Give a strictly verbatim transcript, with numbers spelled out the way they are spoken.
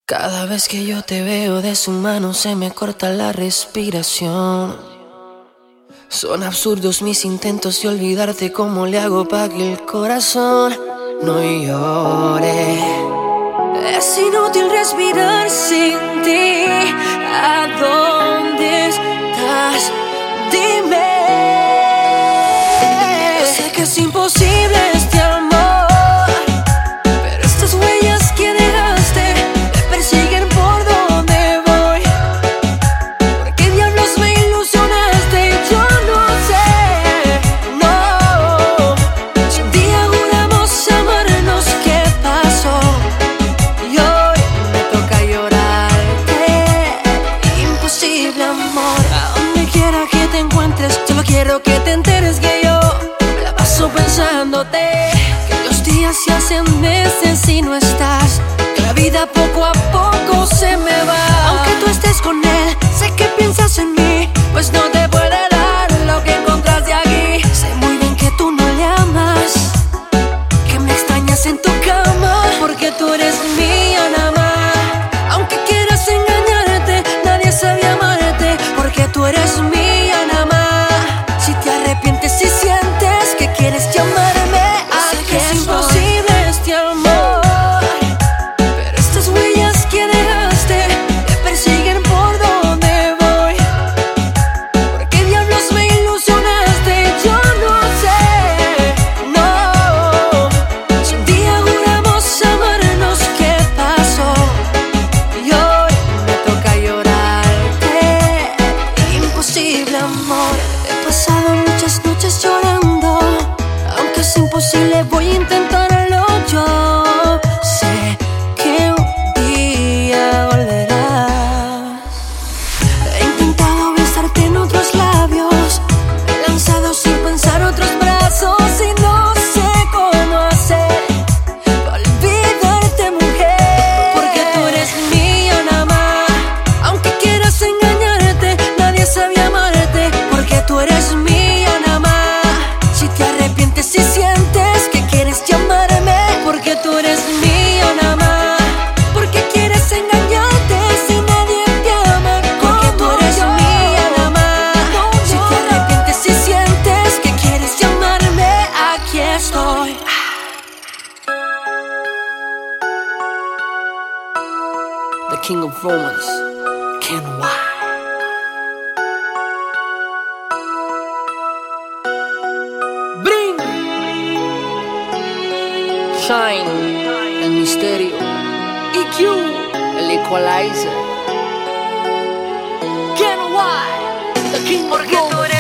Cada vez que yo te veo de su mano se me corta la respiración. Son absurdos mis intentos de olvidarte, ¿cómo le hago para que el corazón no llore? Es inútil respirar sin ti. ¿A dónde estás? Dime. Yo sé que es imposible este amor, pero estas huellas que dejaste me persiguen por donde voy. ¿Por qué diablos me ilusionaste? Yo no sé, no. Si un día juramos amarnos, ¿qué pasó? Y hoy me toca llorarte. Imposible amor, a donde quiera que te encuentres, solo quiero que te enteres que yo me la paso pensándote, que los días se hacen meses y no estás, que la vida poco a poco se me va. Aunque tú estés con él, sé que piensas en mí, pues no te puede dar lo que encontraste aquí. Sé muy bien que tú no le amas, que me extrañas en tu cama, porque tú eres mía nada más. Aunque quieras engañarte, nadie sabe amarte, porque tú eres mía nada más. Si te arrepientes y sientes que quieres llamarme, sé que es imposible este amor, pero estas huellas que dejaste me persiguen por donde voy. ¿Por qué diablos me ilusionaste? Yo no sé, no. Si un día juramos amarnos, ¿qué pasó? Y hoy me toca llorarte. Imposible amor, he pasado muchas noches llorando. Aunque es imposible, voy a intentarlo yo. Sé que un día volverás. He intentado besarte en otros labios, me he lanzado sin pensar otros brazos, y no sé cómo hacer para olvidarte, mujer, porque tú eres mía nada más. Aunque quieras engañarte, nadie sabe amarte, porque tú eres mía nada más. Si te arrepientes y sientes que quieres llamarme, porque tú eres mía nada más. Porque quieres engañarte si nadie te ama, porque tú eres mía nada más. Si te arrepientes y sientes que quieres llamarme, aquí estoy. The King of Romance, Ken Y. Bring Shine, el misterio. E Q, el equalizer. Ken Y, the King of Romance.